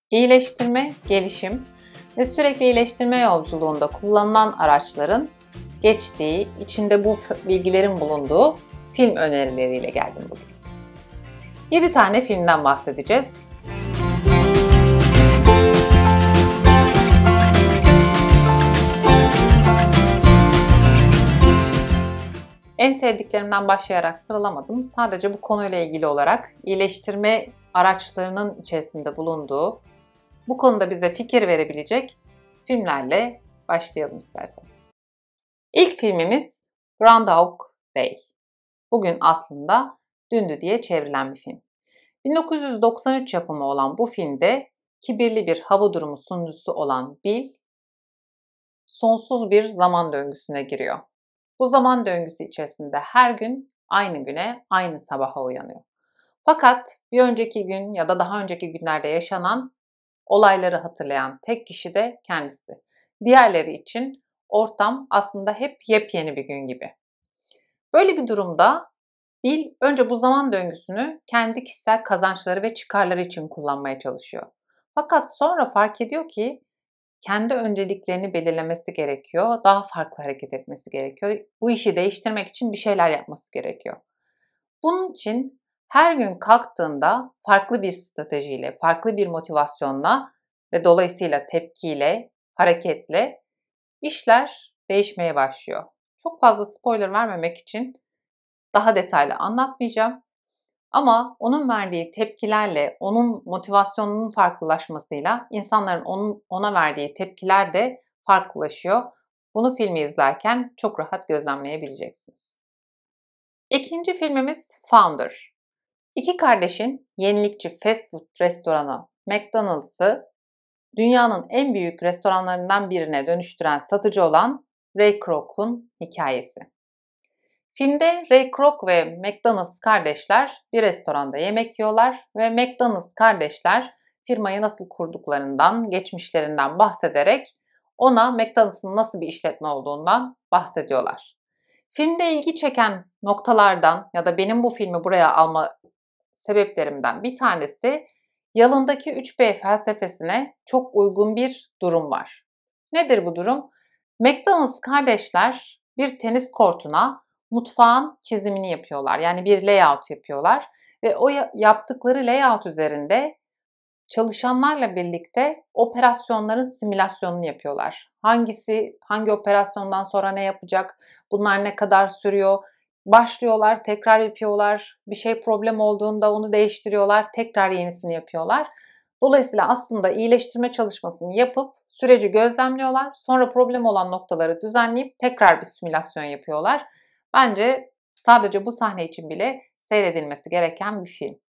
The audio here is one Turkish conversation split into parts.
İyileştirme, gelişim ve sürekli iyileştirme yolculuğunda kullanılan araçların geçtiği, içinde bu bilgilerin bulunduğu film önerileriyle geldim bugün. 7 tane filmden bahsedeceğiz. En sevdiklerimden başlayarak sıralamadım. Sadece bu konuyla ilgili olarak iyileştirme araçlarının içerisinde bulunduğu, bu konuda bize fikir verebilecek filmlerle başlayalım istersen. İlk filmimiz Groundhog Day. Bugün aslında dündü diye çevrilen bir film. 1993 yapımı olan bu filmde kibirli bir hava durumu sunucusu olan Bill, sonsuz bir zaman döngüsüne giriyor. Bu zaman döngüsü içerisinde her gün aynı güne, aynı sabaha uyanıyor. Fakat bir önceki gün ya da daha önceki günlerde yaşanan olayları hatırlayan tek kişi de kendisi. Diğerleri için ortam aslında hep yepyeni bir gün gibi. Böyle bir durumda Bill önce bu zaman döngüsünü kendi kişisel kazançları ve çıkarları için kullanmaya çalışıyor. Fakat sonra fark ediyor ki kendi önceliklerini belirlemesi gerekiyor, daha farklı hareket etmesi gerekiyor. Bu işi değiştirmek için bir şeyler yapması gerekiyor. Bunun için her gün kalktığında farklı bir stratejiyle, farklı bir motivasyonla ve dolayısıyla tepkiyle, hareketle işler değişmeye başlıyor. Çok fazla spoiler vermemek için daha detaylı anlatmayacağım. Ama onun verdiği tepkilerle, onun motivasyonunun farklılaşmasıyla insanların ona verdiği tepkiler de farklılaşıyor. Bunu filmi izlerken çok rahat gözlemleyebileceksiniz. İkinci filmimiz Founder. İki kardeşin yenilikçi fast food restoranı McDonald's'ı dünyanın en büyük restoranlarından birine dönüştüren satıcı olan Ray Kroc'un hikayesi. Filmde Ray Kroc ve McDonald's kardeşler bir restoranda yemek yiyorlar ve McDonald's kardeşler firmayı nasıl kurduklarından, geçmişlerinden bahsederek ona McDonald's'ın nasıl bir işletme olduğundan bahsediyorlar. Filmde ilgi çeken noktalardan ya da benim bu filmi buraya alma sebeplerimden bir tanesi yalındaki 3B felsefesine çok uygun bir durum var. Nedir bu durum? McDonald's kardeşler bir tenis kortuna mutfağın çizimini yapıyorlar. Yani bir layout yapıyorlar ve o yaptıkları layout üzerinde çalışanlarla birlikte operasyonların simülasyonunu yapıyorlar. Hangi operasyondan sonra ne yapacak, bunlar ne kadar sürüyor, başlıyorlar, tekrar yapıyorlar, bir şey problem olduğunda onu değiştiriyorlar, tekrar yenisini yapıyorlar. Dolayısıyla aslında iyileştirme çalışmasını yapıp süreci gözlemliyorlar, sonra problem olan noktaları düzenleyip tekrar bir simülasyon yapıyorlar. Bence sadece bu sahne için bile seyredilmesi gereken bir film.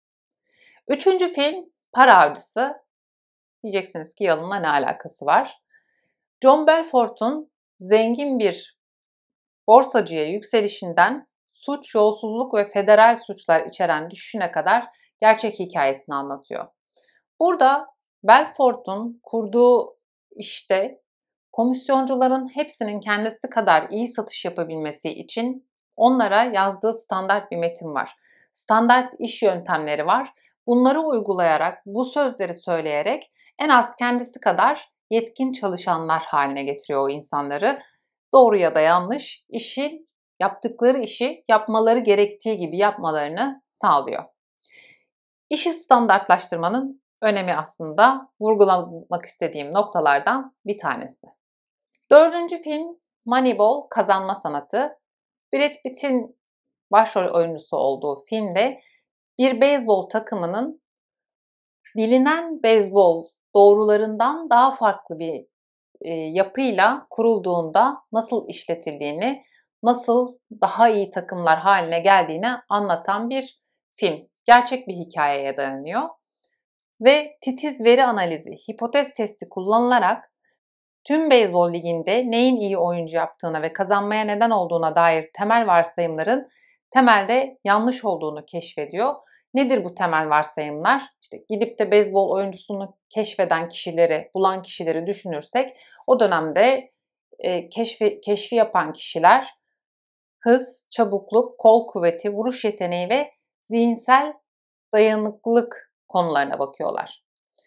Üçüncü film Para Avcısı. Diyeceksiniz ki yalınla ne alakası var? John Belfort'un zengin bir borsacıya yükselişinden suç, yolsuzluk ve federal suçlar içeren düşüşüne kadar gerçek hikayesini anlatıyor. Burada Belfort'un kurduğu işte komisyoncuların hepsinin kendisi kadar iyi satış yapabilmesi için onlara yazdığı standart bir metin var. Standart iş yöntemleri var. Bunları uygulayarak, bu sözleri söyleyerek en az kendisi kadar yetkin çalışanlar haline getiriyor o insanları. Doğru ya da yanlış yaptıkları işi yapmaları gerektiği gibi yapmalarını sağlıyor. İşi standartlaştırmanın önemi aslında vurgulamak istediğim noktalardan bir tanesi. Dördüncü film Moneyball Kazanma Sanatı. Brad Pitt'in başrol oyuncusu olduğu filmde bir beyzbol takımının bilinen beyzbol doğrularından daha farklı bir yapıyla kurulduğunda nasıl işletildiğini, nasıl daha iyi takımlar haline geldiğini anlatan bir film. Gerçek bir hikayeye dayanıyor. Ve titiz veri analizi, hipotez testi kullanılarak tüm beyzbol liginde neyin iyi oyuncu yaptığına ve kazanmaya neden olduğuna dair temel varsayımların temelde yanlış olduğunu keşfediyor. Nedir bu temel varsayımlar? İşte gidip de beyzbol oyuncusunu keşfeden kişileri, bulan kişileri düşünürsek o dönemde keşfi yapan kişiler hız, çabukluk, kol kuvveti, vuruş yeteneği ve zihinsel dayanıklılık konularına bakıyorlar.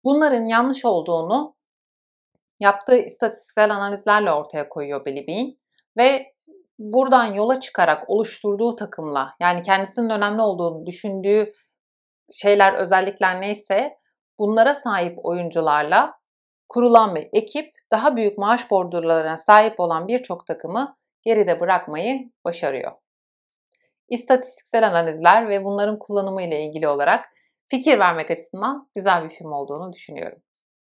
Bunların yanlış olduğunu yaptığı istatistiksel analizlerle ortaya koyuyor Billy Beane ve buradan yola çıkarak oluşturduğu takımla, yani kendisinin önemli olduğunu düşündüğü şeyler, özellikler neyse bunlara sahip oyuncularla kurulan bir ekip daha büyük maaş bordrolarına sahip olan birçok takımı geride bırakmayı başarıyor. İstatistiksel analizler ve bunların kullanımı ile ilgili olarak fikir vermek açısından güzel bir film olduğunu düşünüyorum.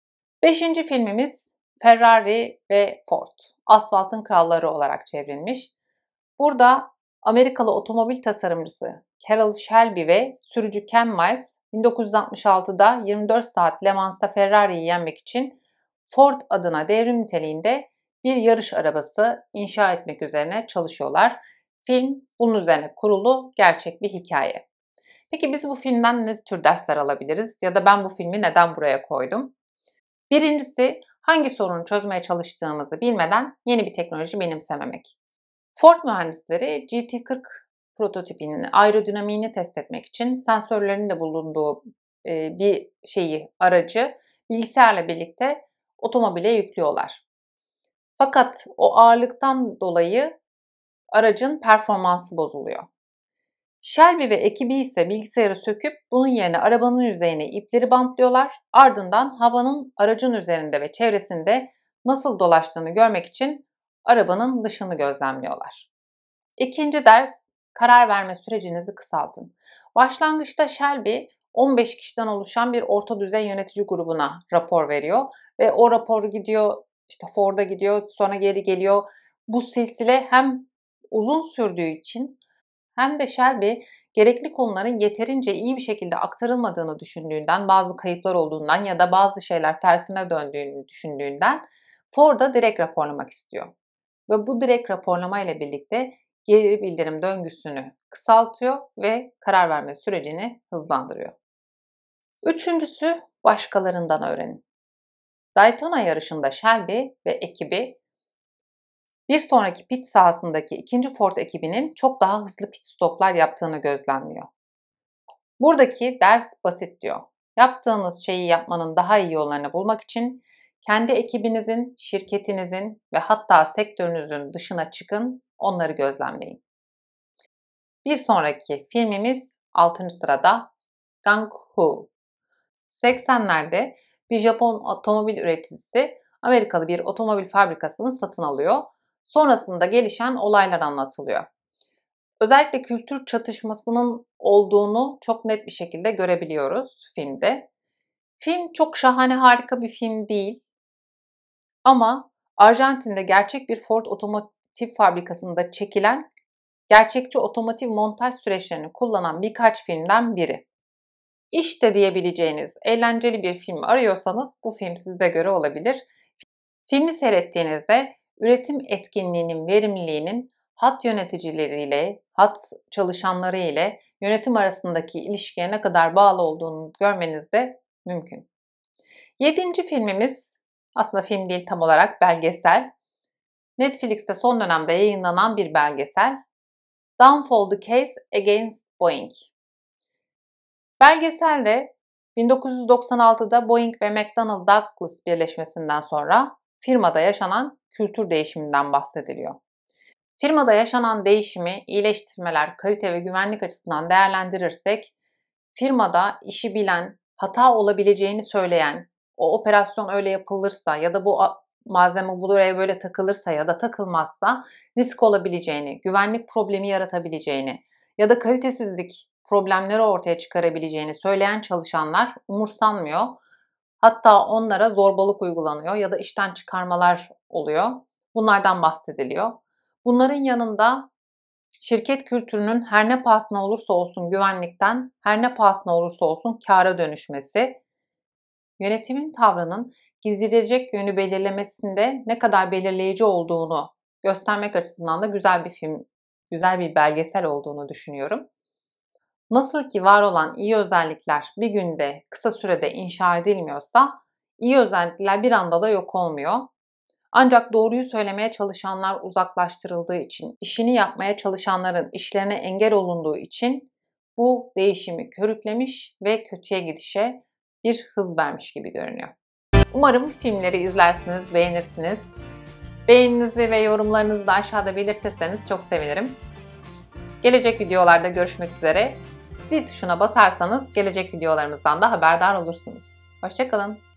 5. filmimiz Ferrari ve Ford. Asfaltın Kralları olarak çevrilmiş. Burada Amerikalı otomobil tasarımcısı Carroll Shelby ve sürücü Ken Miles 1966'da 24 saat Le Mans'ta Ferrari'yi yenmek için Ford adına devrim niteliğinde bir yarış arabası inşa etmek üzerine çalışıyorlar. Film bunun üzerine kurulu gerçek bir hikaye. Peki biz bu filmden ne tür dersler alabiliriz ya da ben bu filmi neden buraya koydum? Birincisi, hangi sorunu çözmeye çalıştığımızı bilmeden yeni bir teknoloji benimsememek. Ford mühendisleri GT40 prototipinin aerodinamiğini test etmek için sensörlerin de bulunduğu bir aracı bilgisayarla birlikte otomobile yüklüyorlar. Fakat o ağırlıktan dolayı aracın performansı bozuluyor. Shelby ve ekibi ise bilgisayarı söküp bunun yerine arabanın yüzeyine ipleri bantlıyorlar. Ardından havanın aracın üzerinde ve çevresinde nasıl dolaştığını görmek için arabanın dışını gözlemliyorlar. İkinci ders, karar verme sürecinizi kısaltın. Başlangıçta Shelby 15 kişiden oluşan bir orta düzey yönetici grubuna rapor veriyor ve o rapor gidiyor, işte Ford'a gidiyor, sonra geri geliyor. Bu silsile hem uzun sürdüğü için hem de Shelby gerekli konuların yeterince iyi bir şekilde aktarılmadığını düşündüğünden, bazı kayıplar olduğundan ya da bazı şeyler tersine döndüğünü düşündüğünden Ford'a direkt raporlamak istiyor. Ve bu direkt raporlama ile birlikte geri bildirim döngüsünü kısaltıyor ve karar verme sürecini hızlandırıyor. Üçüncüsü, başkalarından öğrenin. Daytona yarışında Shelby ve ekibi bir sonraki pit sahasındaki ikinci Ford ekibinin çok daha hızlı pit stoplar yaptığını gözlemliyor. Buradaki ders basit diyor. Yaptığınız şeyi yapmanın daha iyi yollarını bulmak için kendi ekibinizin, şirketinizin ve hatta sektörünüzün dışına çıkın, onları gözlemleyin. Bir sonraki filmimiz 6. sırada Gang-Hu. 80'lerde bir Japon otomobil üreticisi Amerikalı bir otomobil fabrikasını satın alıyor. Sonrasında gelişen olaylar anlatılıyor. Özellikle kültür çatışmasının olduğunu çok net bir şekilde görebiliyoruz filmde. Film çok şahane, harika bir film değil. Ama Arjantin'de gerçek bir Ford otomotiv fabrikasında çekilen gerçekçi otomotiv montaj süreçlerini kullanan birkaç filmden biri. İşte diyebileceğiniz eğlenceli bir film arıyorsanız bu film size göre olabilir. Filmi seyrettiğinizde üretim etkinliğinin verimliliğinin hat yöneticileriyle, hat çalışanları ile yönetim arasındaki ilişkiye ne kadar bağlı olduğunu görmeniz de mümkün. 7. filmimiz aslında film değil, tam olarak belgesel. Netflix'te son dönemde yayınlanan bir belgesel. Downfall: The Case Against Boeing. Belgeselde 1996'da Boeing ve McDonnell Douglas birleşmesinden sonra firmada yaşanan kültür değişiminden bahsediliyor. Firmada yaşanan değişimi, iyileştirmeler, kalite ve güvenlik açısından değerlendirirsek, firmada işi bilen, hata olabileceğini söyleyen, o operasyon öyle yapılırsa ya da bu malzeme buraya böyle takılırsa ya da takılmazsa risk olabileceğini, güvenlik problemi yaratabileceğini ya da kalitesizlik problemleri ortaya çıkarabileceğini söyleyen çalışanlar umursanmıyor. Hatta onlara zorbalık uygulanıyor ya da işten çıkarmalar oluyor. Bunlardan bahsediliyor. Bunların yanında şirket kültürünün her ne pahasına olursa olsun güvenlikten, her ne pahasına olursa olsun kâra dönüşmesi, yönetimin tavrının gidilecek yönü belirlemesinde ne kadar belirleyici olduğunu göstermek açısından da güzel bir film, güzel bir belgesel olduğunu düşünüyorum. Nasıl ki var olan iyi özellikler bir günde, kısa sürede inşa edilmiyorsa, iyi özellikler bir anda da yok olmuyor. Ancak doğruyu söylemeye çalışanlar uzaklaştırıldığı için, işini yapmaya çalışanların işlerine engel olunduğu için bu değişimi körüklemiş ve kötüye gidişe bir hız vermiş gibi görünüyor. Umarım filmleri izlersiniz, beğenirsiniz. Beğeninizi ve yorumlarınızı da aşağıda belirtirseniz çok sevinirim. Gelecek videolarda görüşmek üzere. Zil tuşuna basarsanız gelecek videolarımızdan da haberdar olursunuz. Hoşça kalın.